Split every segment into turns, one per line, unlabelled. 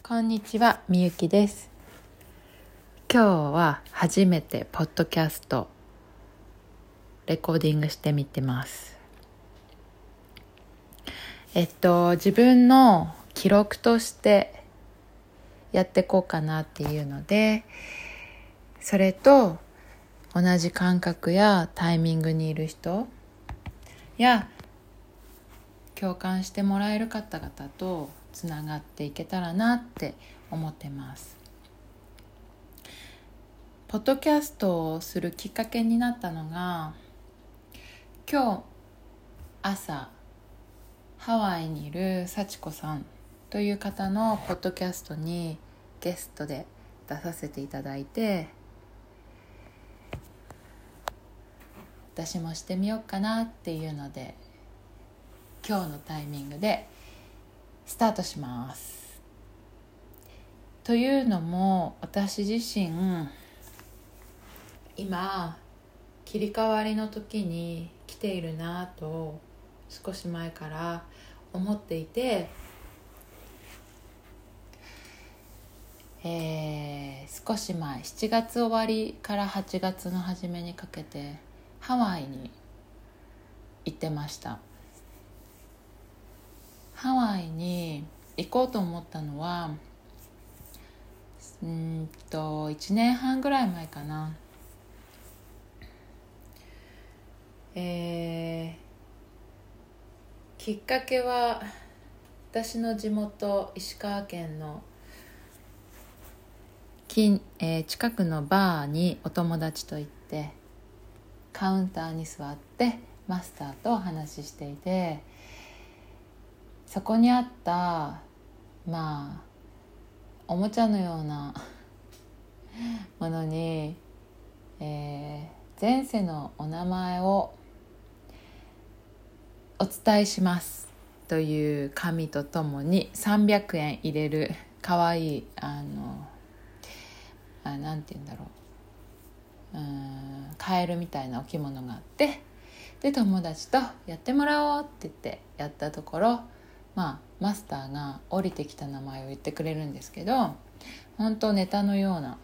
こんにちは、みゆきです。今日は初めてポッドキャストレコーディングしてみてます。自分の記録としてやっていこうかなっていうので、それと同じ感覚やタイミングにいる人や共感してもらえる方々とつながっていけたらなって思ってます。ポッドキャストをするきっかけになったのが、今日朝ハワイにいる幸子さんという方のポッドキャストにゲストで出させていただいて、私もしてみようかなっていうので、今日のタイミングでスタートします。というのも、私自身今切り替わりの時に来ているなと少し前から思っていて、少し前7月終わりから8月の初めにかけてハワイに行ってました。ハワイに行こうと思ったのは1年半ぐらい前かな。きっかけは私の地元石川県の近くのバーにお友達と行って、カウンターに座ってマスターとお話ししていて、そこにあったおもちゃのようなものに、前世のお名前をお伝えしますという紙とともに300円入れるかわいいなんて言うんだろう、カエルみたいな置物があって、で友達とやってもらおうって言ってやったところ、マスターが降りてきた名前を言ってくれるんですけど、本当ネタのような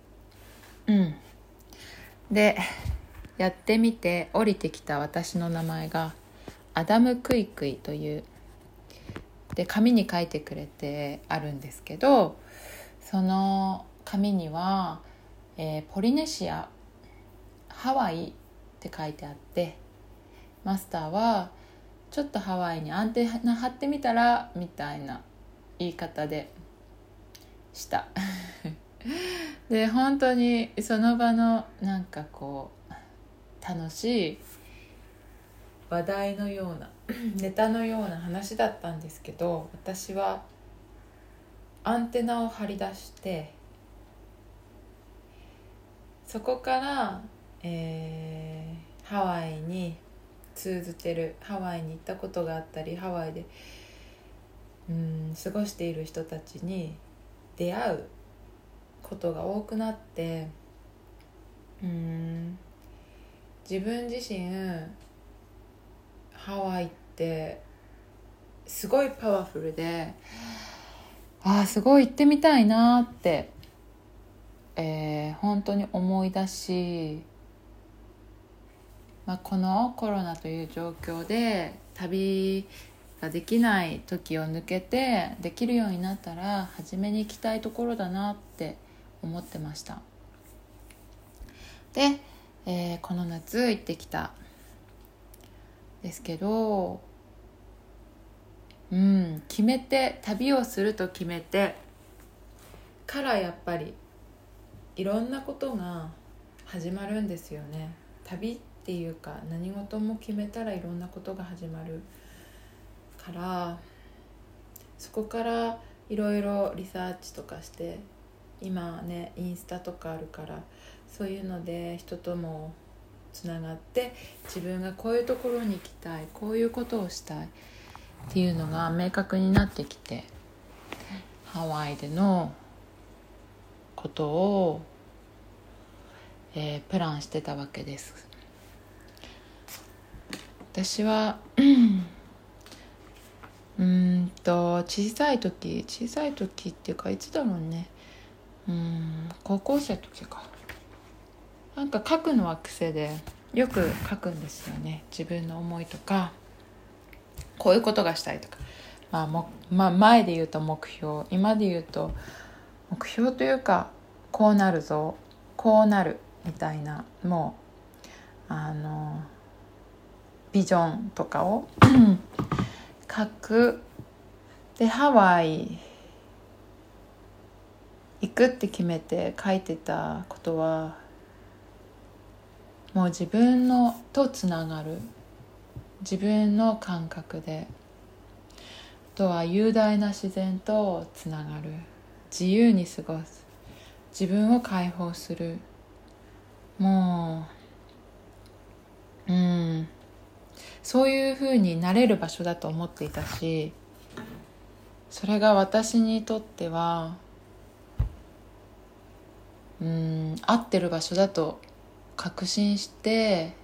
でやってみて、降りてきた私の名前がアダム・クイクイというで紙に書いてくれてあるんですけど、その紙には、ポリネシア、ハワイって書いてあって、マスターはちょっとハワイにアンテナ張ってみたらみたいな言い方でしたで本当にその場の楽しい話題のようなネタのような話だったんですけど、私はアンテナを張り出して、そこから、ハワイに通ずてる、ハワイに行ったことがあったり、ハワイで過ごしている人たちに出会うことが多くなって、自分自身ハワイってすごいパワフルで、すごい行ってみたいなって、本当に思い出し、このコロナという状況で旅ができない時を抜けてできるようになったら初めに行きたいところだなって思ってました。で、この夏行ってきたですけど、決めて、旅をすると決めてからやっぱりいろんなことが始まるんですよね。旅っていうか何事も決めたらいろんなことが始まるから、そこからいろいろリサーチとかして、今ねインスタとかあるから、そういうので人ともつながって、自分がこういうところに行きたい、こういうことをしたいっていうのが明確になってきて、ハワイでのことを、プランしてたわけです。私は小さい時っていうかいつだろうね、高校生の時か。なんか書くのは癖でよく書くんですよね。自分の思いとか、こういうことがしたいとか、前で言うと目標、今で言うと目標というか、こうなるぞ、こうなるみたいな、もうビジョンとかを書く。でハワイ行くって決めて書いてたことは、もう自分のとつながる、自分の感覚で、あとは雄大な自然とつながる、自由に過ごす、自分を解放する、もうそういう風になれる場所だと思っていたし、それが私にとっては合ってる場所だと確信して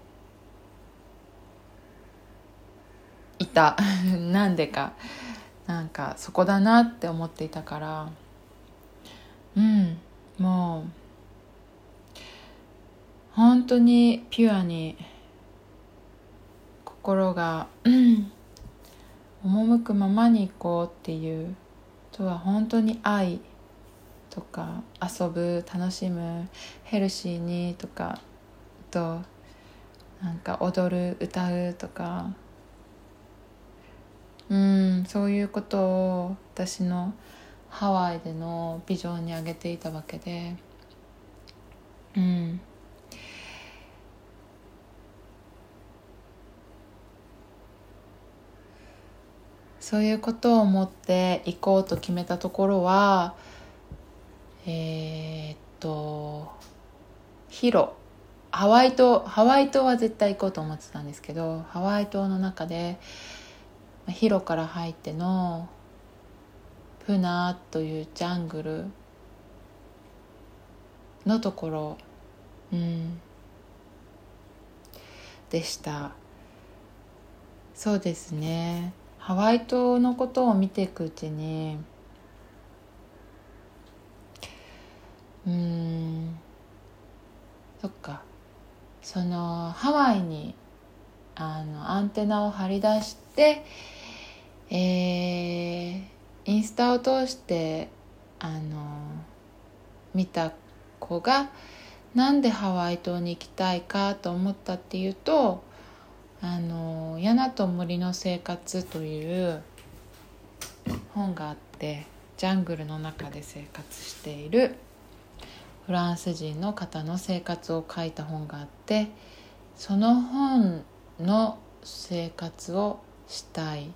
いたなんでか、なんかそこだなって思っていたから、もう本当にピュアに心が赴くままに行こうっていう、あとは本当に愛とか遊ぶ、楽しむ、ヘルシーにとか、あとなんか踊る、歌うとか、そういうことを私のハワイでのビジョンに挙げていたわけで、そういうことを思って行こうと決めたところは、ハワイ島は絶対行こうと思ってたんですけど、ハワイ島の中でヒロから入ってのプナーというジャングルのところ、でした。そうですね、ハワイ島のことを見ていくうちにそっか、そのハワイにアンテナを張り出して、インスタを通して見た子がなんでハワイ島に行きたいかと思ったっていうと、ヤナと森の生活という本があって、ジャングルの中で生活しているフランス人の方の生活を書いた本があって、その本の生活をしたい、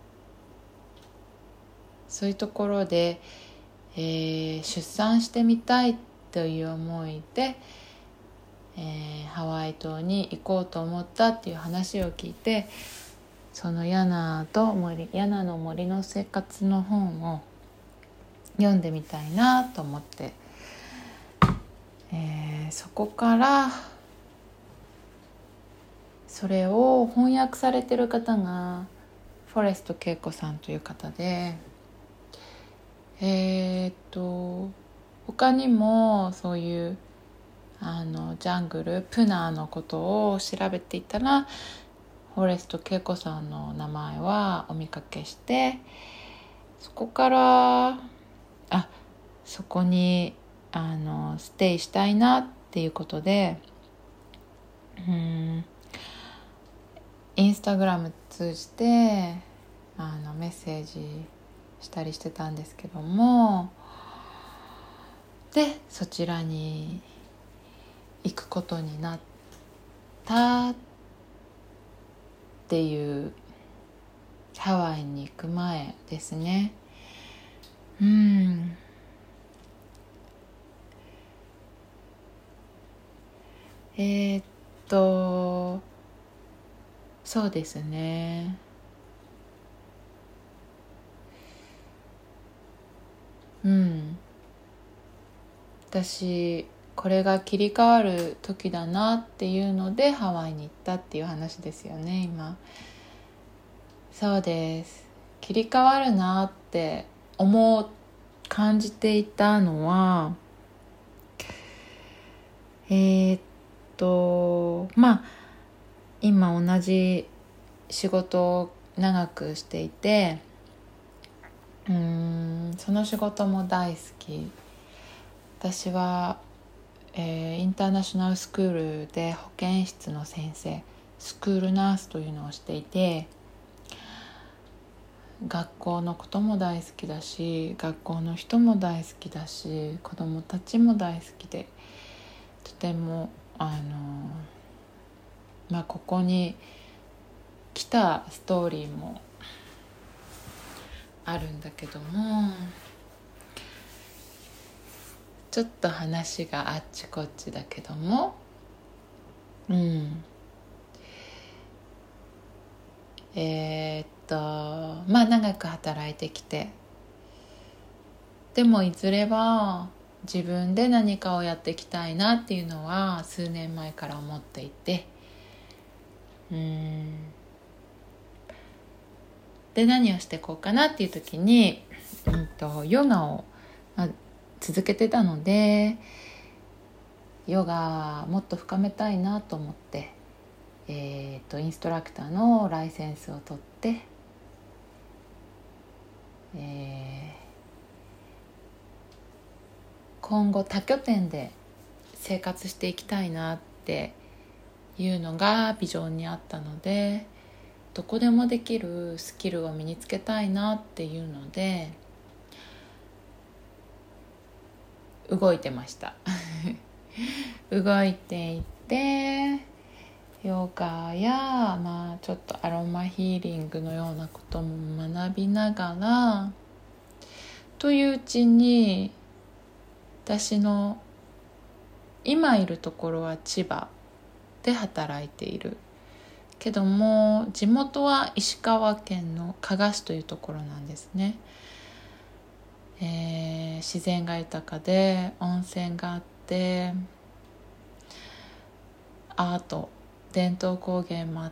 そういうところで、出産してみたいという思いで、ハワイ島に行こうと思ったっていう話を聞いて、そのヤナの森の生活の本を読んでみたいなと思って、そこからそれを翻訳されてる方がフォレスト恵子さんという方で、他にもそういうジャングルプナーのことを調べていたら、フォレスト恵子さんの名前はお見かけして、そこからそこにステイしたいなっていうことで、インスタグラム通じてメッセージしたりしてたんですけども、でそちらに行くことになったっていう、ハワイに行く前ですね。そうですね、私これが切り替わる時だなっていうのでハワイに行ったっていう話ですよね、今。そうです、 切り替わるなって感じていたのは、今同じ仕事を長くしていて、その仕事も大好き。私は、インターナショナルスクールで保健室の先生、スクールナースというのをしていて、学校のことも大好きだし、学校の人も大好きだし、子どもたちも大好きで、とてもここに来たストーリーもあるんだけども、ちょっと話があっちこっちだけども、長く働いてきて、でもいずれは自分で何かをやっていきたいなっていうのは数年前から思っていて、で何をしていこうかなっていう時に、ヨガを、続けてたので、ヨガもっと深めたいなと思って、インストラクターのライセンスを取って、今後多拠点で生活していきたいなっていうのがビジョンにあったので、どこでもできるスキルを身につけたいなっていうので動いてました動いていて、ヨガや、ちょっとアロマヒーリングのようなことも学びながらといううちに、私の今いるところは千葉で働いているけども、地元は石川県の加賀市というところなんですね。自然が豊かで温泉があって、アート、伝統工芸もあって、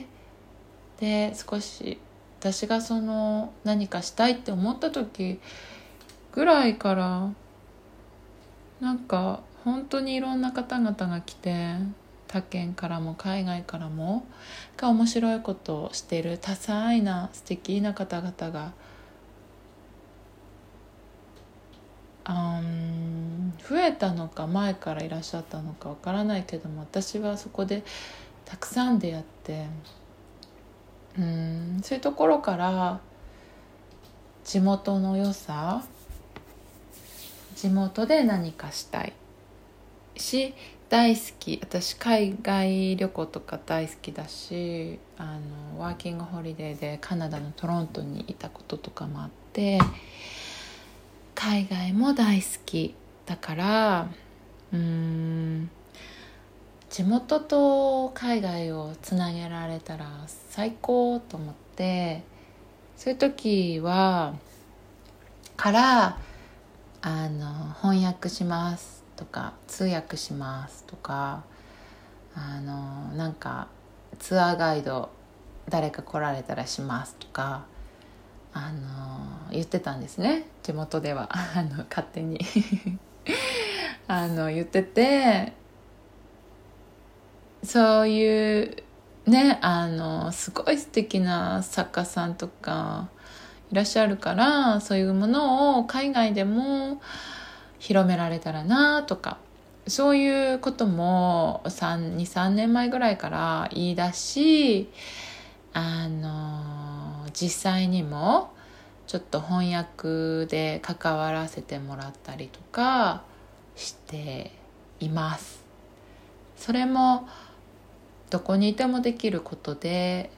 で少し私が何かしたいって思った時ぐらいから、本当にいろんな方々が来て、他県からも海外からも面白いことをしている多彩な素敵な方々が増えたのか前からいらっしゃったのかわからないけども、私はそこでたくさん出会って、そういうところから地元の良さ、地元で何かしたいし、大好き。私海外旅行とか大好きだし、ワーキングホリデーでカナダのトロントにいたこととかもあって、海外も大好きだから、地元と海外をつなげられたら最高と思って、そういう時から翻訳しますとか通訳しますとか、ツアーガイド誰か来られたらしますとか言ってたんですね、地元では勝手に言ってて、そういうね、すごい素敵な作家さんとかいらっしゃるから、そういうものを海外でも広められたらなとか、そういうことも2、3年前ぐらいから言い出し、実際にもちょっと翻訳で関わらせてもらったりとかしています。それもどこにいてもできることで、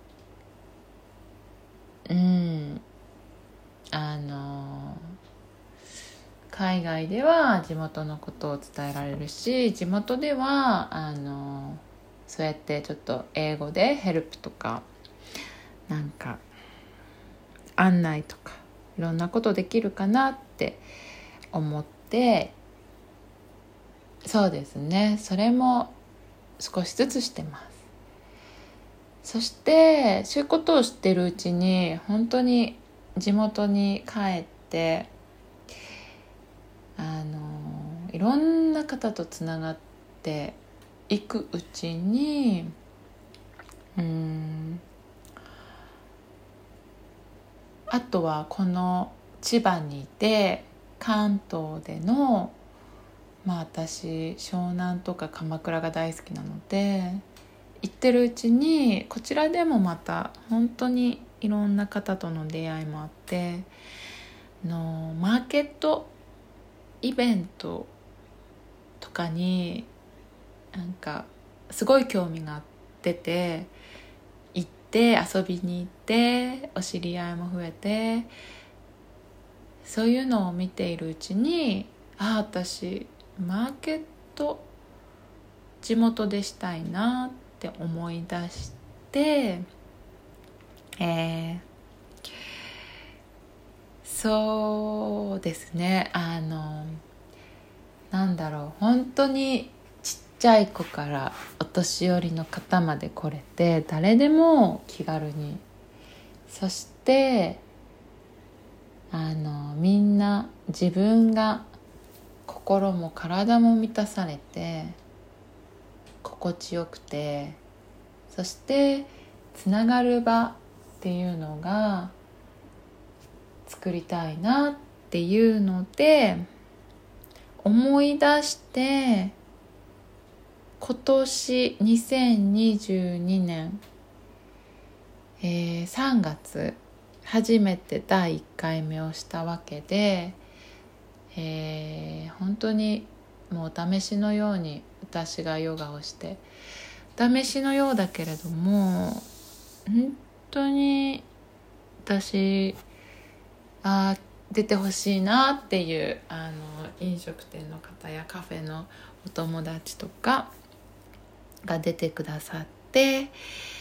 海外では地元のことを伝えられるし、地元ではそうやってちょっと英語でヘルプとか案内とかいろんなことできるかなって思って、そうですね、それも少しずつしてます。 そしてそういうことをしてるうちに本当に地元に帰っていろんな方とつながっていくうちにあとはこの千葉にいて関東での私湘南とか鎌倉が大好きなので行ってるうちにこちらでもまた本当にいろんな方との出会いもあってマーケットイベントとかになんかすごい興味が出て行って遊びに行ってお知り合いも増えてそういうのを見ているうちに私マーケット地元でしたいなって思い出して、そうですね本当にちっちゃい子からお年寄りの方まで来れて誰でも気軽にそしてみんな自分が心も体も満たされて心地よくてそしてつながる場っていうのが作りたいなっていうので思い出して今年2022年、3月初めて第1回目をしたわけで、本当にもう試しのように私がヨガをして試しのようだけれども本当に私出てほしいなっていう飲食店の方やカフェのお友達とかが出てくださって、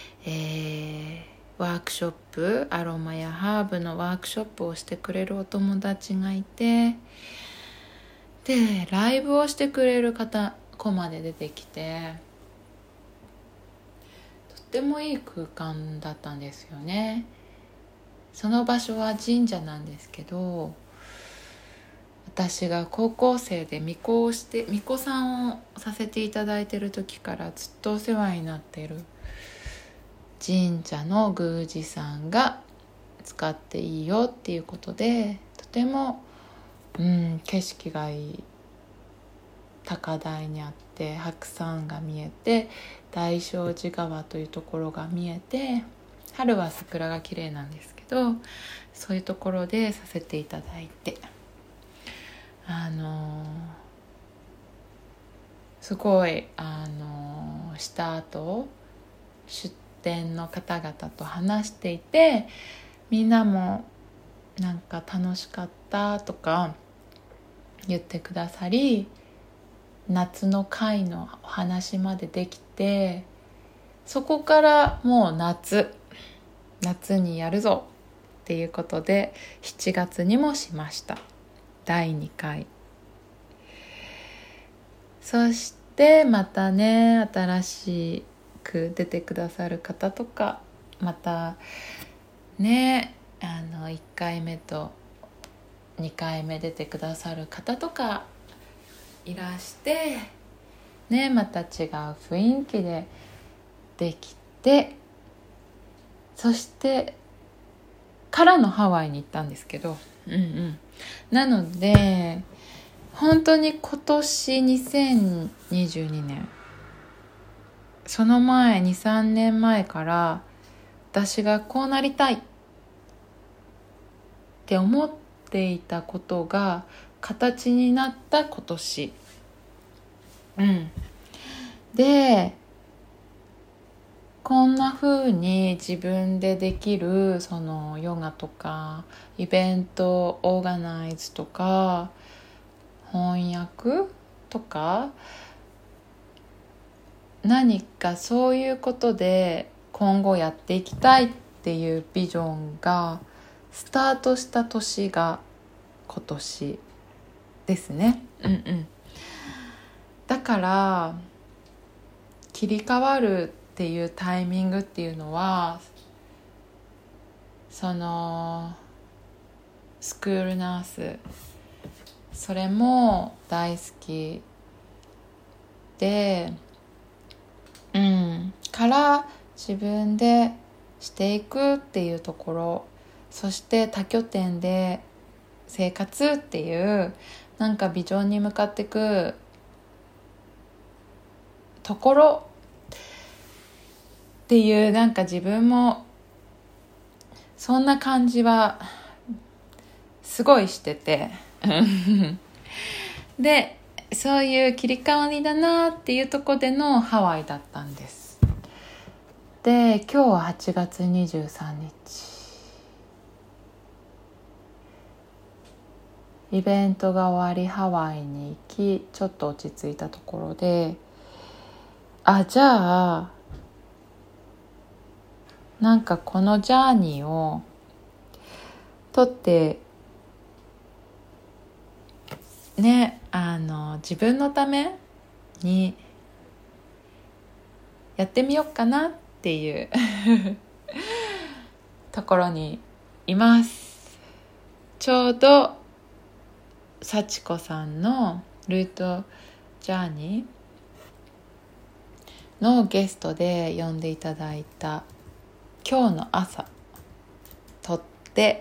ワークショップアロマやハーブのワークショップをしてくれるお友達がいてでライブをしてくれる子まで出てきてとってもいい空間だったんですよね。その場所は神社なんですけど私が高校生で巫女さんをさせていただいている時からずっとお世話になっている神社の宮司さんが使っていいよっていうことでとても、景色がいい高台にあって白山が見えて大正寺川というところが見えて春は桜が綺麗なんですけどそういうところでさせていただいてすごいした後出店の方々と話していてみんなもなんか楽しかったとか言ってくださり夏の会のお話までできてそこからもう夏にやるぞっていうことで7月にもしました第2回そしてまたね新しく出てくださる方とかまたね1回目と2回目出てくださる方とかいらしてねまた違う雰囲気でできてそしてからのハワイに行ったんですけどなので本当に今年2022年その前 2,3 年前から私がこうなりたいって思っていたことが形になった今年でこんな風に自分でできるそのヨガとかイベントオーガナイズとか翻訳とか何かそういうことで今後やっていきたいっていうビジョンがスタートした年が今年ですね。だから切り替わるっっていうタイミングっていうのは、そのスクールナース、それも大好きで、から自分でしていくっていうところ、そして多拠点で生活っていうなんかビジョンに向かっていくところっていう、なんか自分もそんな感じはすごいしててで、そういう切り替わりだなっていうところでのハワイだったんです。で、今日は8月23日、イベントが終わりハワイに行き、ちょっと落ち着いたところで、じゃあなんかこのジャーニーをとってね、自分のためにやってみようかなっていうところにいます。ちょうど幸子さんのルートジャーニーのゲストで呼んでいただいた今日の朝撮って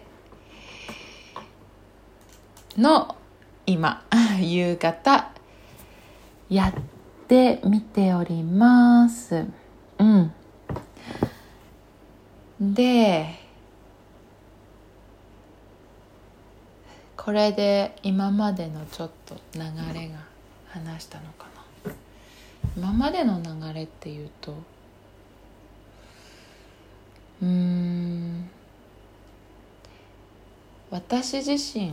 の今夕方やってみております。で、これで今までのちょっと流れが話したのかな。今までの流れっていうと、私自身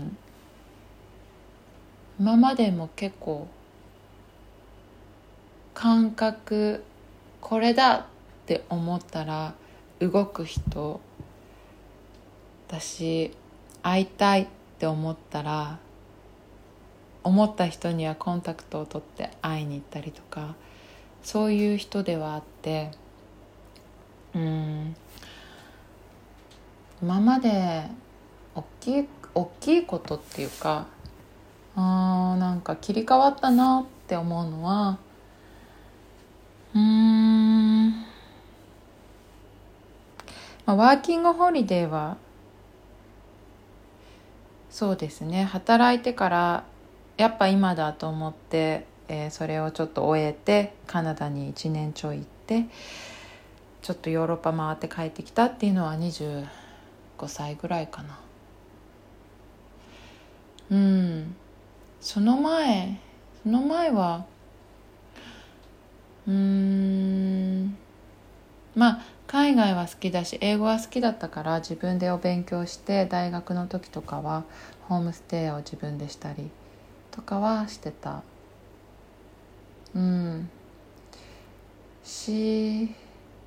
今までも結構感覚、これだって思ったら動く人だし、会いたいって思ったら思った人にはコンタクトを取って会いに行ったりとか、そういう人ではあって、今まで大きいことっていうか、なんか切り替わったなって思うのは、ワーキングホリデーはそうですね、働いてからやっぱ今だと思って、それをちょっと終えてカナダに1年ちょい行って、ちょっとヨーロッパ回って帰ってきたっていうのは25歳ぐらいかな。その前は海外は好きだし英語は好きだったから、自分でお勉強して、大学の時とかはホームステイを自分でしたりとかはしてたし、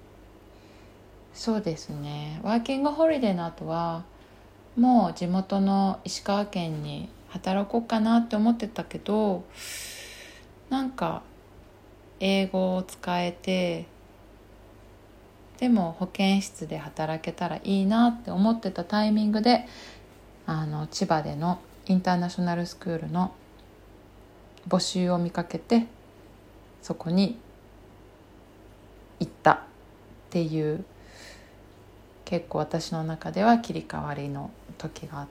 そうですね、ワーキングホリデーの後はもう地元の石川県に働こうかなって思ってたけど、なんか英語を使えて、でも保健室で働けたらいいなって思ってたタイミングで、千葉でのインターナショナルスクールの募集を見かけて、そこに行ったっていう、結構私の中では切り替わりの時があって、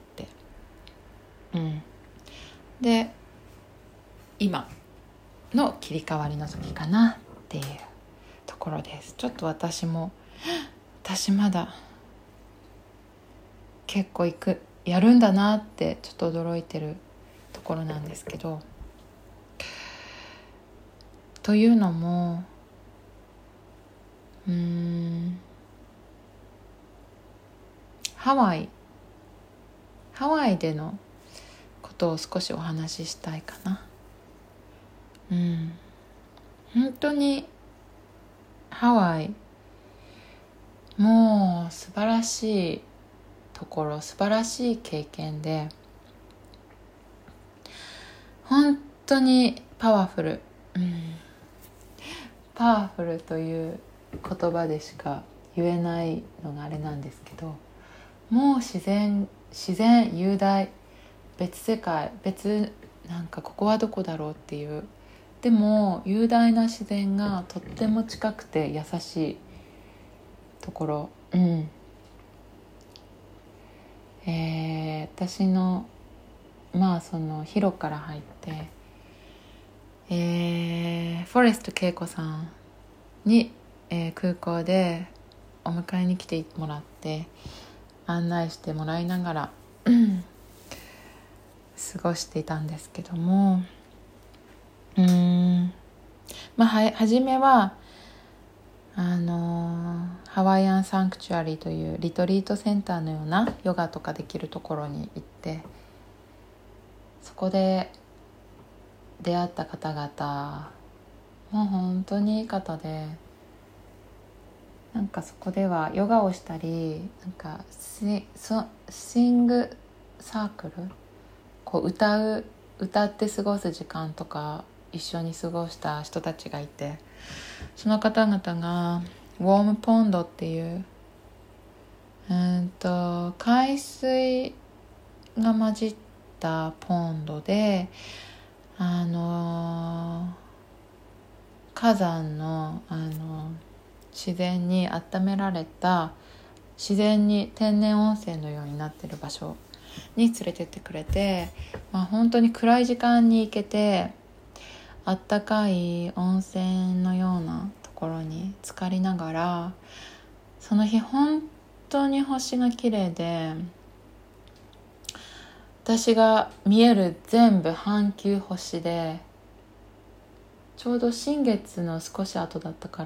で今の切り替わりの時かなっていうところです。ちょっと私まだ結構やるんだなってちょっと驚いてるところなんですけど、というのもハワイでのことを少しお話ししたいかな。本当にハワイもう素晴らしいところ、素晴らしい経験で、本当にパワフルという言葉でしか言えないのがあれなんですけど、もう自然雄大、別世界、なんかここはどこだろうっていう、でも雄大な自然がとっても近くて優しいところ、私のそのヒロから入って、フォレスト恵子さんに、空港でお迎えに来てもらって案内してもらいながら過ごしていたんですけども、初めはハワイアンサンクチュアリというリトリートセンターのようなヨガとかできるところに行って、そこで出会った方々もう本当にいい方で、なんかそこではヨガをしたり、なんかシングサークル、こう歌って過ごす時間とか一緒に過ごした人たちがいて、その方々がウォームポンドっていう海水が混じったポンドで、火山の自然に温められた、自然に天然温泉のようになっている場所に連れてってくれて、本当に暗い時間に行けて、あったかい温泉のようなところに浸かりながら、その日本当に星が綺麗で、私が見える全部半球星で、ちょうど新月の少し後だったから、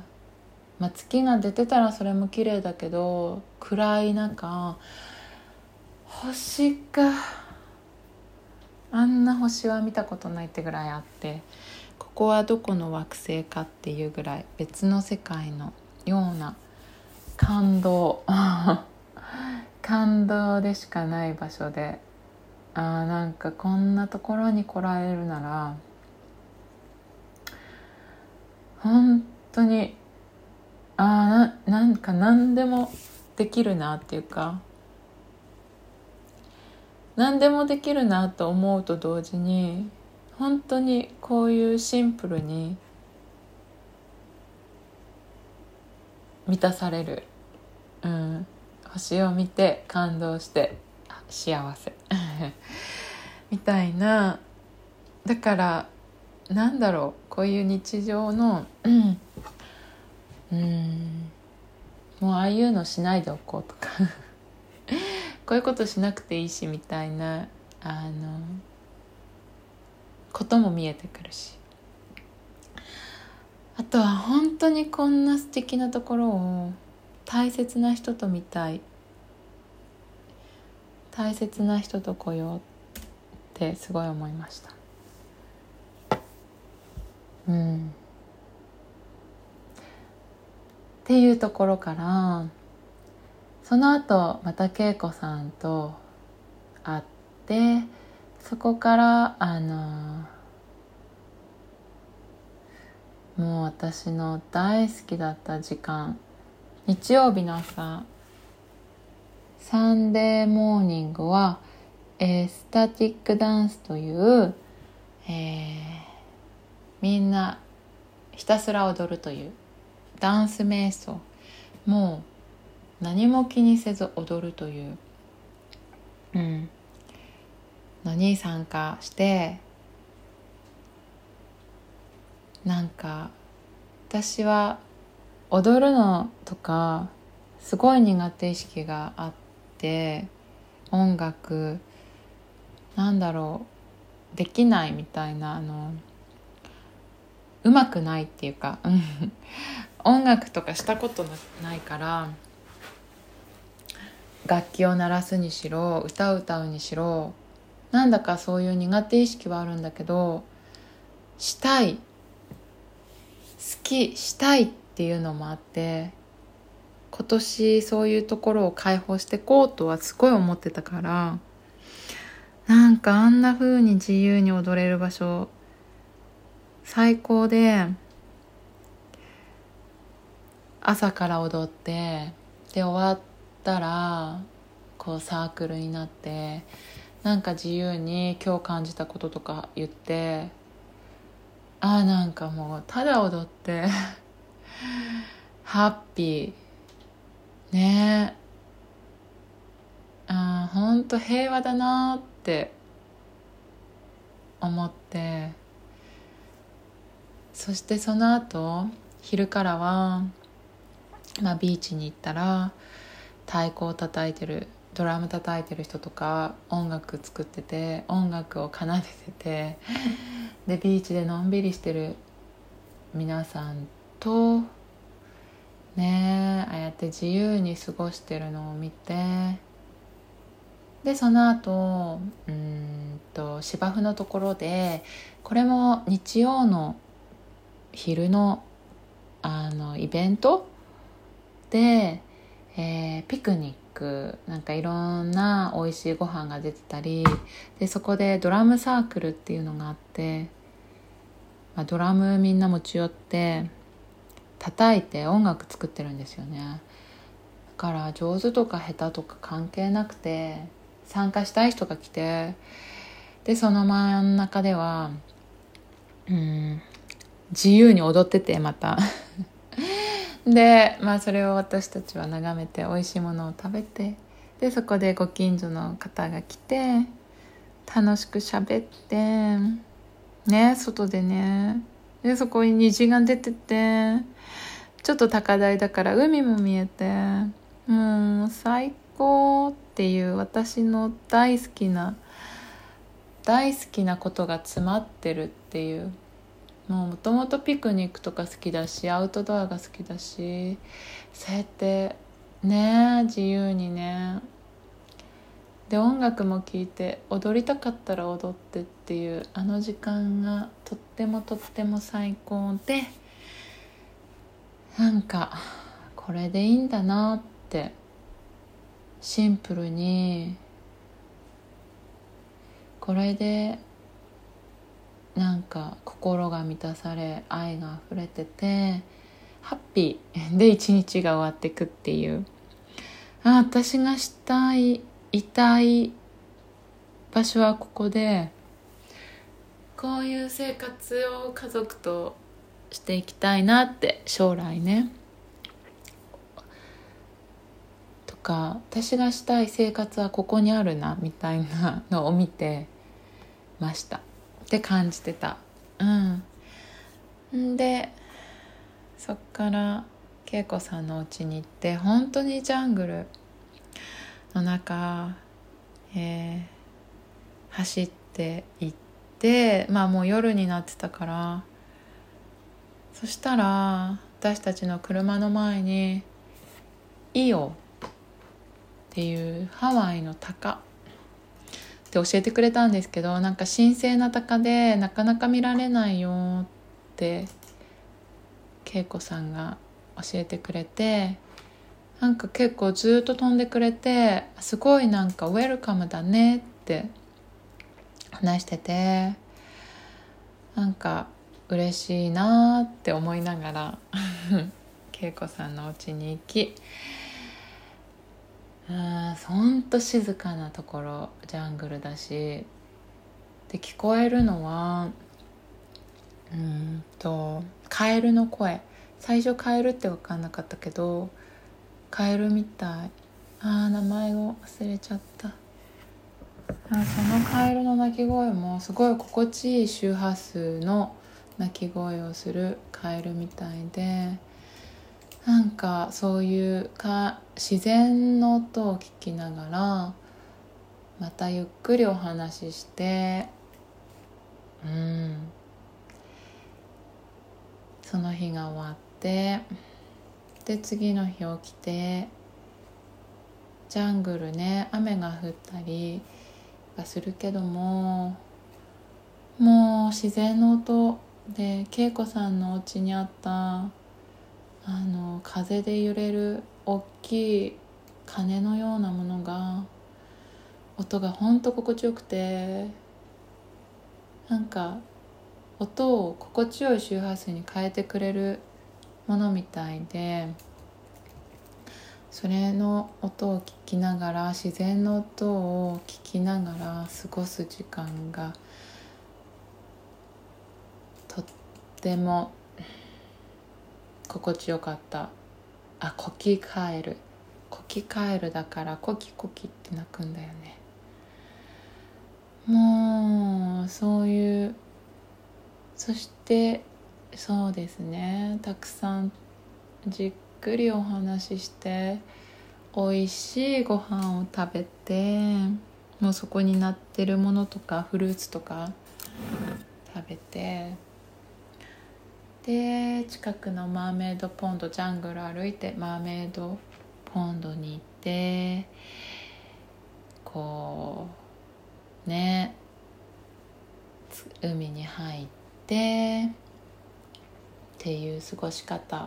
月が出てたらそれも綺麗だけど、暗い中星が、あんな星は見たことないってぐらいあって、ここはどこの惑星かっていうぐらい別の世界のような感動感動でしかない場所で、なんかこんなところに来られるなら本当になんか何でもできるなっていうか、何でもできるなと思うと同時に、本当にこういうシンプルに満たされる、星を見て感動して幸せみたいな。だからなんだろう、こういう日常のもうああいうのしないでおこうとかこういうことしなくていいしみたいなことも見えてくるし、あとは本当にこんな素敵なところを大切な人と見たい、大切な人と来ようってすごい思いました。っていうところから、その後また恵子さんと会って、そこからもう私の大好きだった時間、日曜日の朝、サンデーモーニングは、スタティックダンスという、みんなひたすら踊るというダンス瞑想、もう何も気にせず踊るというのに参加して、なんか私は踊るのとかすごい苦手意識があって、音楽できないみたいな、うまくないっていうか音楽とかしたことないから、楽器を鳴らすにしろ歌を歌うにしろ、なんだかそういう苦手意識はあるんだけど、したいっていうのもあって、今年そういうところを解放していこうとはすごい思ってたから、なんかあんな風に自由に踊れる場所最高で、 朝から踊って、で終わったらこうサークルになって、なんか自由に今日感じたこととか言って、なんかもうただ踊ってハッピーね。ほんと平和だなって思って、そしてその後昼からは、ビーチに行ったら太鼓を叩いてる、ドラム叩いてる人とか音楽作ってて、音楽を奏でてて、でビーチでのんびりしてる皆さんとね、ああやって自由に過ごしてるのを見て、でその後芝生のところで、これも日曜の昼のイベントで、ピクニック、なんかいろんな美味しいご飯が出てたりで、そこでドラムサークルっていうのがあって、ドラムみんな持ち寄って叩いて音楽作ってるんですよね。だから上手とか下手とか関係なくて、参加したい人が来て、でその真ん中では自由に踊ってて、またでそれを私たちは眺めて、美味しいものを食べて、でそこでご近所の方が来て楽しく喋ってね、外でね。でそこに虹が出てて、ちょっと高台だから海も見えて、もう最高っていう、私の大好きなことが詰まってるっていう。もともとピクニックとか好きだし、アウトドアが好きだし、そうやってね、自由にね、で音楽も聴いて踊りたかったら踊ってっていう、あの時間がとっても最高で、なんかこれでいいんだなって、シンプルにこれでなんか心が満たされ、愛が溢れててハッピーで一日が終わっていくっていう、私がいたい場所はここで、こういう生活を家族としていきたいなって、将来ねとか、私がしたい生活はここにあるなみたいなのを見てましたって感じてた。でそっから恵子さんのお家に行って、本当にジャングルの中、走って行って、もう夜になってたから、そしたら私たちの車の前にイオっていうハワイの鷹って教えてくれたんですけど、なんか神聖な鷹でなかなか見られないよって恵子さんが教えてくれて、なんか結構ずっと飛んでくれて、すごいなんかウェルカムだねって話してて、なんか嬉しいなって思いながら恵子さんのお家に行き、ほんと静かなところ、ジャングルだし、で聞こえるのはカエルの声。最初カエルって分かんなかったけどカエルみたい。名前を忘れちゃった。そのカエルの鳴き声もすごい心地いい周波数の鳴き声をするカエルみたいで、なんかそういう自然の音を聞きながら、またゆっくりお話しして、その日が終わって、で次の日起きて、ジャングルね、雨が降ったりはするけども、もう自然の音で、恵子さんのお家にあった風で揺れる大きい鐘のようなものが、音がほんと心地よくて、なんか音を心地よい周波数に変えてくれるものみたいで、 それの音を聞きながら、自然の音を聞きながら過ごす時間がとっても心地よかった。コキカエルだからコキコキって鳴くんだよね。もうそういう、そしてそうですね、たくさんじっくりお話しして、美味しいご飯を食べて、もうそこになってるものとかフルーツとか食べて、で近くのマーメイドポンド、ジャングル歩いてマーメイドポンドに行って、こうね、海に入ってっていう過ごし方。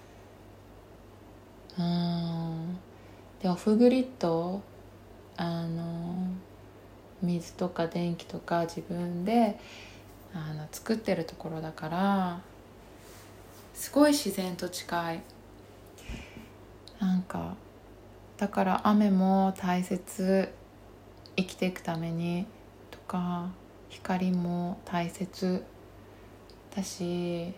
でオフグリッド、水とか電気とか自分で作ってるところだから、すごい自然と近い。なんかだから雨も大切、生きていくためにとか、光も大切だし、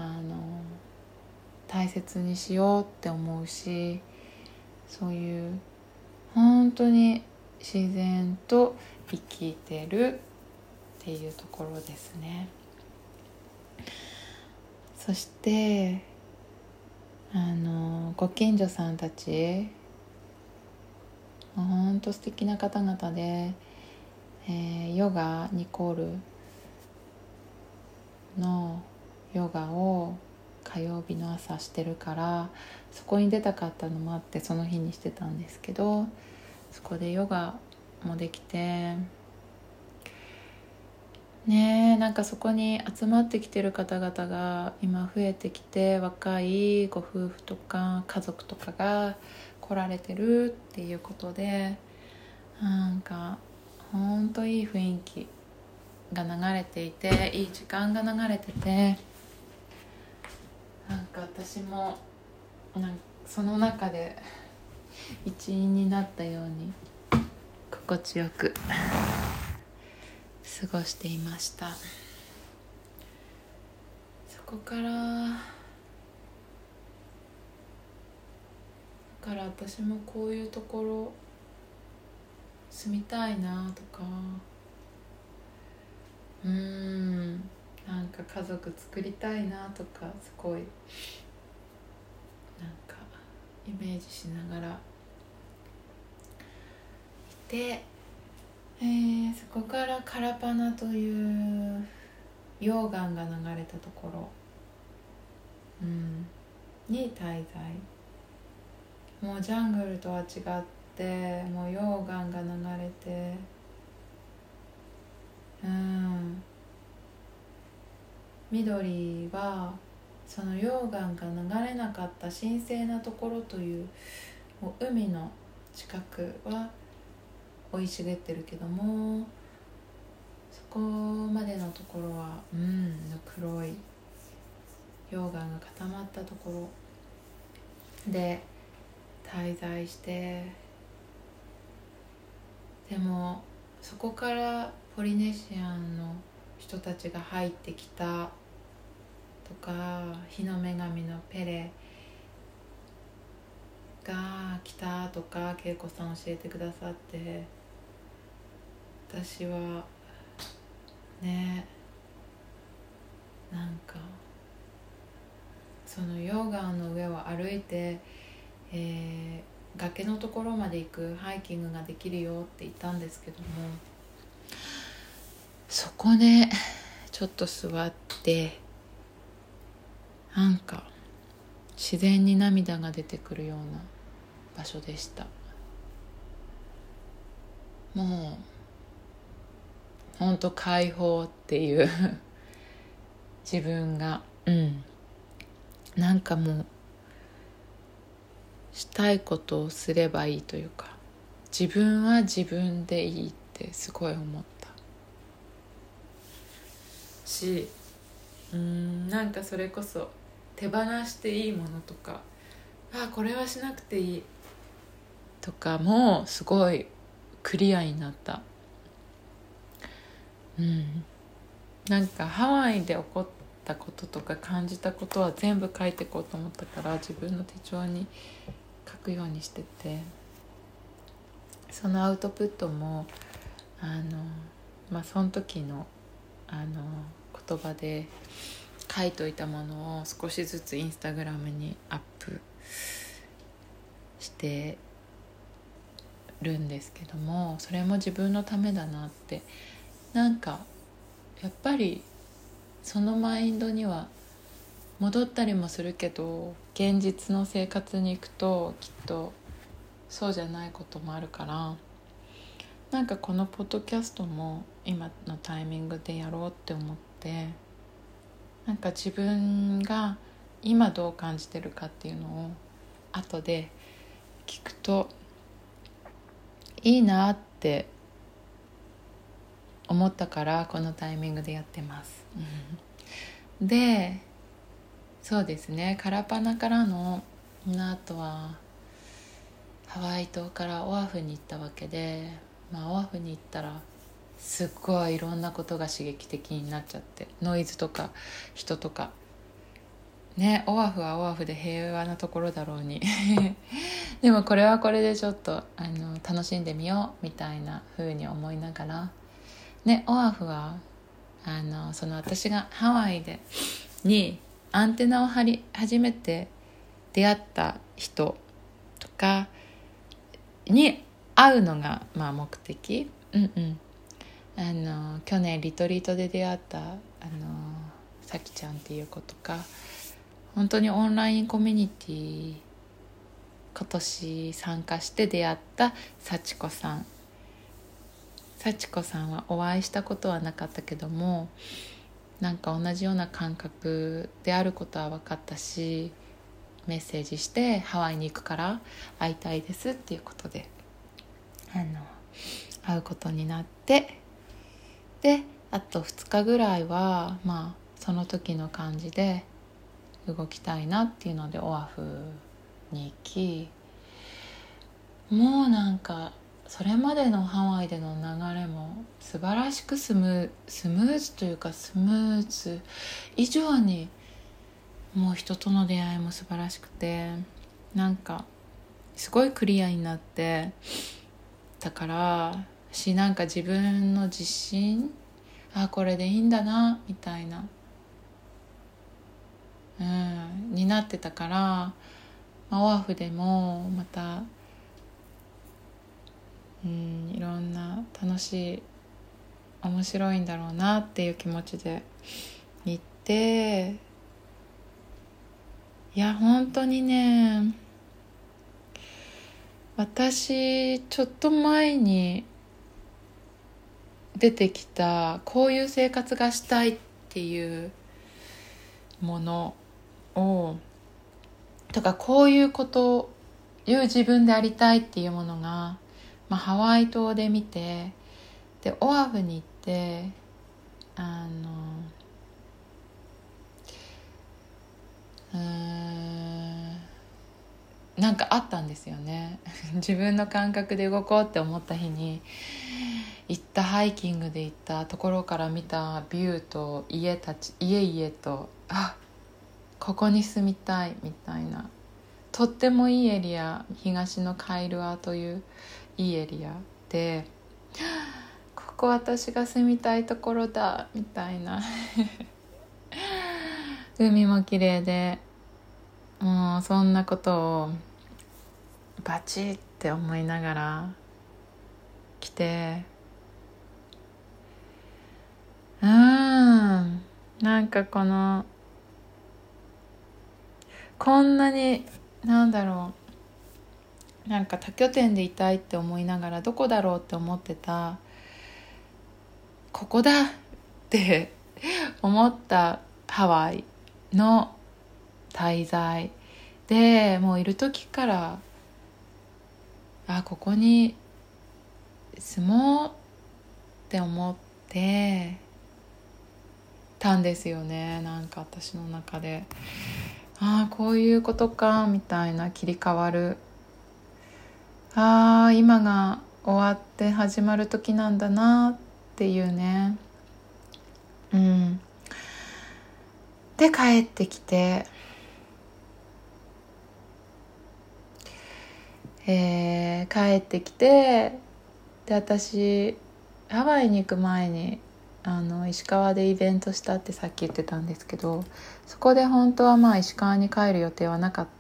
大切にしようって思うし、そういう本当に自然と生きてるっていうところですね。そしてご近所さんたち、本当素敵な方々で、ヨガニコールのヨガを火曜日の朝してるから、そこに出たかったのもあってその日にしてたんですけど、そこでヨガもできてね、なんかそこに集まってきてる方々が今増えてきて、若いご夫婦とか家族とかが来られてるっていうことで、なんかほんといい雰囲気が流れていて、いい時間が流れてて、なんか私もその中で一員になったように心地よく過ごしていました。そこから私もこういうところ住みたいなとか、なんか家族作りたいなとか、すごいなんかイメージしながらいて、そこからカラパナという溶岩が流れたところ、に滞在。もうジャングルとは違って、もう溶岩が流れて、緑はその溶岩が流れなかった神聖なところという、もう海の近くは生い茂ってるけども、そこまでのところは黒い溶岩が固まったところで滞在して、でもそこからポリネシアンの人たちが入ってきたとか、火の女神のペレが来たとか、恵子さん教えてくださって、私はね、なんかその溶岩の上を歩いて、崖のところまで行くハイキングができるよって言ったんですけども、そこでちょっと座ってなんか自然に涙が出てくるような場所でした。もうほんと解放っていう自分がなんかもうしたいことをすればいいというか、自分は自分でいいってすごい思ったし、なんかそれこそ手放していいものとか、これはしなくていい、 とかもすごいクリアになった。なんかハワイで起こったこととか感じたことは全部書いていこうと思ったから、自分の手帳に書くようにしてて、そのアウトプットもその時の言葉で書いといたものを少しずつインスタグラムにアップしてるんですけども、それも自分のためだなって、なんかやっぱりそのマインドには戻ったりもするけど、現実の生活に行くときっとそうじゃないこともあるから、なんかこのポッドキャストも今のタイミングでやろうって思って、なんか自分が今どう感じてるかっていうのを後で聞くといいなって思ったから、このタイミングでやってますで、そうですね、カラパナからの後はハワイ島からオアフに行ったわけで、オアフに行ったらすっごいいろんなことが刺激的になっちゃって、ノイズとか人とかね、オアフはオアフで平和なところだろうにでもこれはこれでちょっと楽しんでみようみたいな風に思いながらね、オアフはその私がハワイにアンテナを張り始めて出会った人とかに会うのが目的。去年リトリートで出会ったさきちゃんっていう子とか、本当にオンラインコミュニティ今年参加して出会った幸子さんはお会いしたことはなかったけども、なんか同じような感覚であることは分かったし、メッセージしてハワイに行くから会いたいですっていうことで会うことになって、であと2日ぐらいはその時の感じで動きたいなっていうのでオアフに行き、もうなんかそれまでのハワイでの流れも素晴らしくスムーズというか、スムーズ以上にもう人との出会いも素晴らしくて、なんかすごいクリアになってだからなんか自分の自信、これでいいんだなみたいなになってたから、オアフでもまたいろんな楽しい面白いんだろうなっていう気持ちで行って、いや本当にね、私ちょっと前に出てきたこういう生活がしたいっていうものをとか、こういうことを自分でありたいっていうものが、ハワイ島で見て、でオアフに行ってなんかあったんですよね自分の感覚で動こうって思った日に行ったハイキングで行ったところから見たビューと家々とここに住みたいみたいな、とってもいいエリア、東のカイルアといういいエリアで、ここ私が住みたいところだみたいな海も綺麗で、もうそんなことをバチッって思いながら来て、なんかこんなになんか多拠点でいたいって思いながら、どこだろうって思ってたここだって思ったハワイの滞在で、もういる時からここに住もうって思ってたんですよね。なんか私の中でこういうことかみたいな、切り替わる今が終わって始まる時なんだなっていうね。で帰ってきて、で私ハワイに行く前に石川でイベントしたってさっき言ってたんですけど、そこで本当は石川に帰る予定はなかった、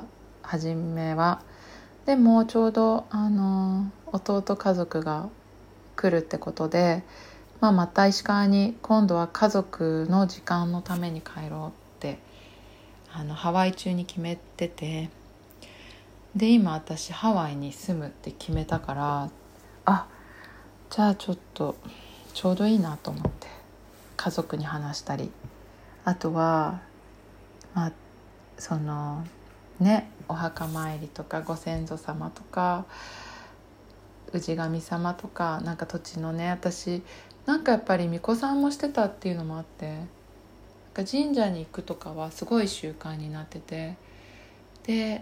初めは。でもちょうど弟家族が来るってことで、また石川に今度は家族の時間のために帰ろうってハワイ中に決めてて、で今私ハワイに住むって決めたから、じゃあちょっとちょうどいいなと思って家族に話したり、あとはそのね、お墓参りとかご先祖様とか氏神様とか、なんか土地のね、私なんかやっぱり巫女さんもしてたっていうのもあって、なんか神社に行くとかはすごい習慣になってて、で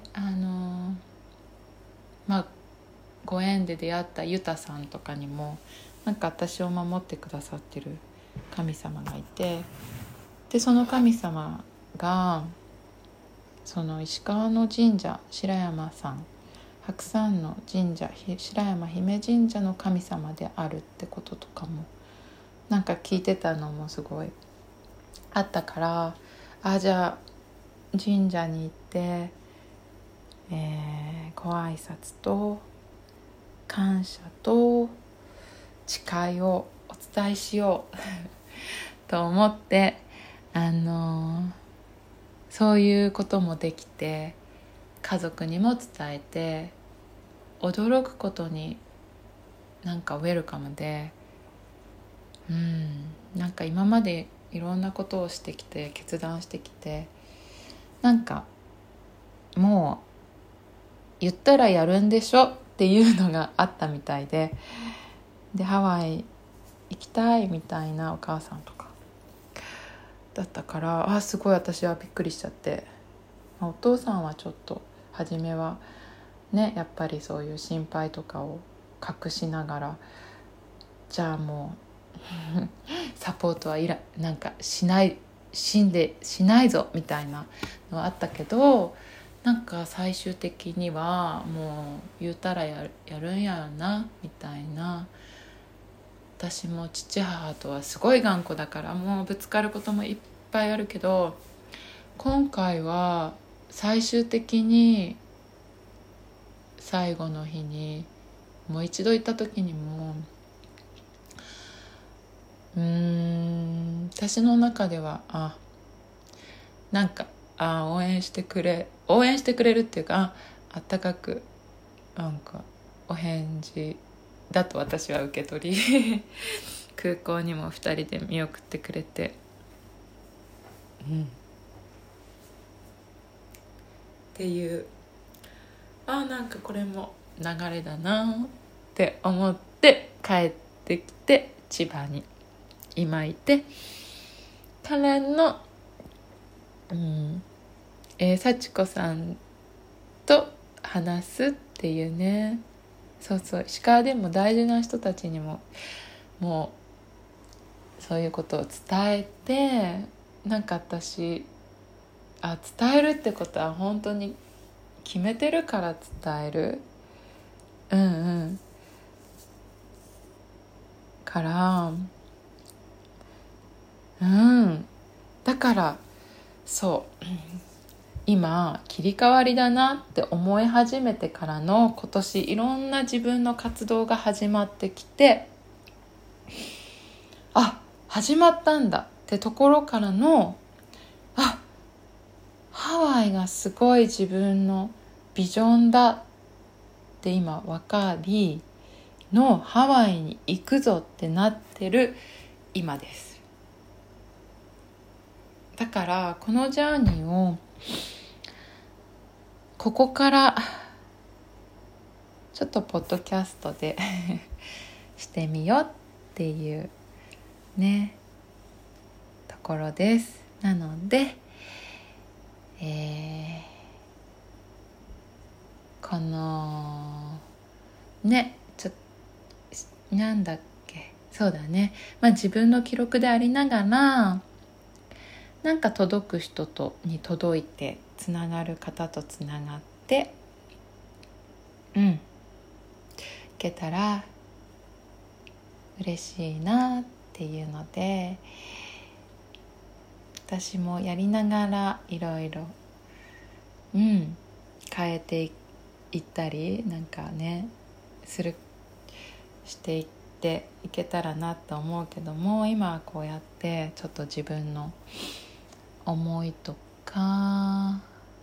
ご縁で出会ったユタさんとかにもなんか私を守ってくださってる神様がいて、でその神様がその石川の神社白山さん、白山の神社白山姫神社の神様であるってこととかもなんか聞いてたのもすごいあったから、じゃあ神社に行って、ご挨拶と感謝と誓いをお伝えしようと思って、そういうこともできて、家族にも伝えて、驚くことになんかウェルカムで、なんか今までいろんなことをしてきて決断してきて、なんかもう言ったらやるんでしょっていうのがあったみたいで、ハワイ行きたいみたいなお母さんとかだったから、すごい私はびっくりしちゃって、お父さんはちょっと初めはね、やっぱりそういう心配とかを隠しながら、じゃあもうサポートなんかしないぞみたいなのはあったけど、なんか最終的にはもう言うたらやるんやなみたいな。私も父母とはすごい頑固だから、もうぶつかることもいっぱいあるけど、今回は最終的に最後の日にもう一度行った時にも私の中ではなんか応援してくれるっていうか、あったかくなんかお返事だと私は受け取り空港にも2人で見送ってくれて、っていうなんかこれも流れだなって思って帰ってきて、千葉に今いてからの幸子さんと話すっていうね。石川でも大事な人たちにももうそういうことを伝えて、なんか私伝えるってことは本当に決めてるから伝えるからだから今切り替わりだなって思い始めてからの今年、いろんな自分の活動が始まってきて、始まったんだってところからのハワイがすごい自分のビジョンだって今分かりの、ハワイに行くぞってなってる今です。だからこのジャーニーをここからちょっとポッドキャストでしてみようっていうねところです。なので、このねなんだっけ、そうだね、自分の記録でありながらなんか届く人に届いて、つながる方とつながっていけたら嬉しいなっていうので、私もやりながらいろいろ変えていったりなんかねしていっていけたらなと思うけども、今はこうやってちょっと自分の思いとか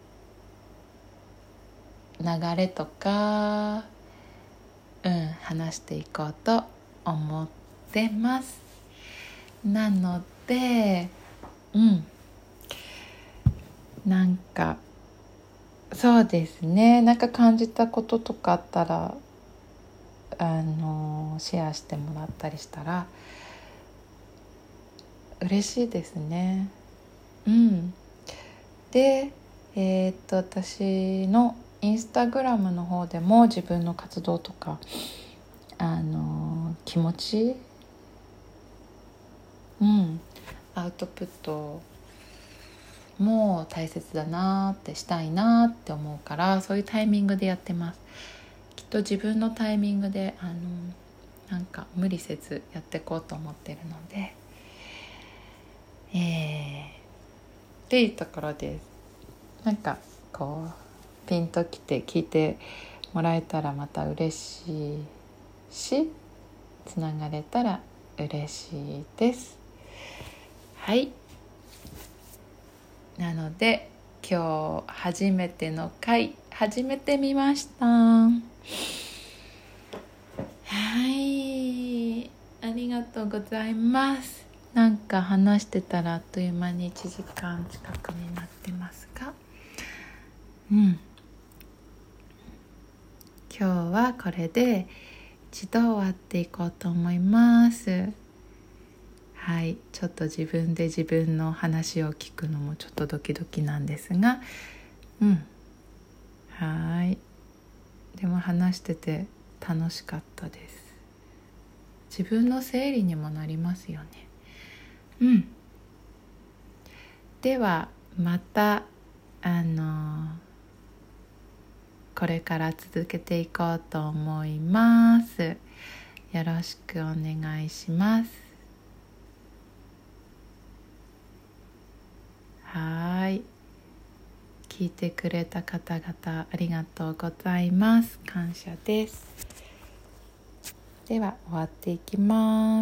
流れとか話していこうと思ってます。なのでなんかそうですね、なんか感じたこととかあったらシェアしてもらったりしたら嬉しいですね。で私のインスタグラムの方でも自分の活動とか気持ちアウトプットも大切だなってしたいなって思うから、そういうタイミングでやってます。きっと自分のタイミングでなんか無理せずやっていこうと思ってるので、っていうところです。なんかこうピンときて聞いてもらえたらまた嬉しいし、つながれたら嬉しいです。はい、なので今日初めての回始めてみました。はい、ありがとうございます。なんか話してたらあっという間に1時間近くになってますが、今日はこれで一度終わっていこうと思います。はい、ちょっと自分で自分の話を聞くのもちょっとドキドキなんですが、はい、でも話してて楽しかったです。自分の整理にもなりますよね。ではまたこれから続けていこうと思います。よろしくお願いします。はい、聞いてくれた方々ありがとうございます。感謝です。では終わっていきます。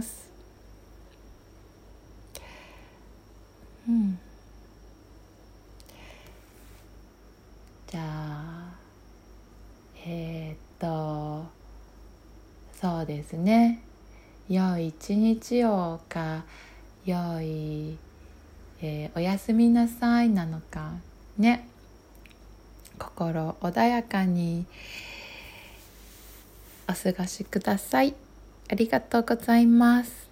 じゃあそうですね、良い一日をか良い、おやすみなさいなのかね、心穏やかにお過ごしください。ありがとうございます。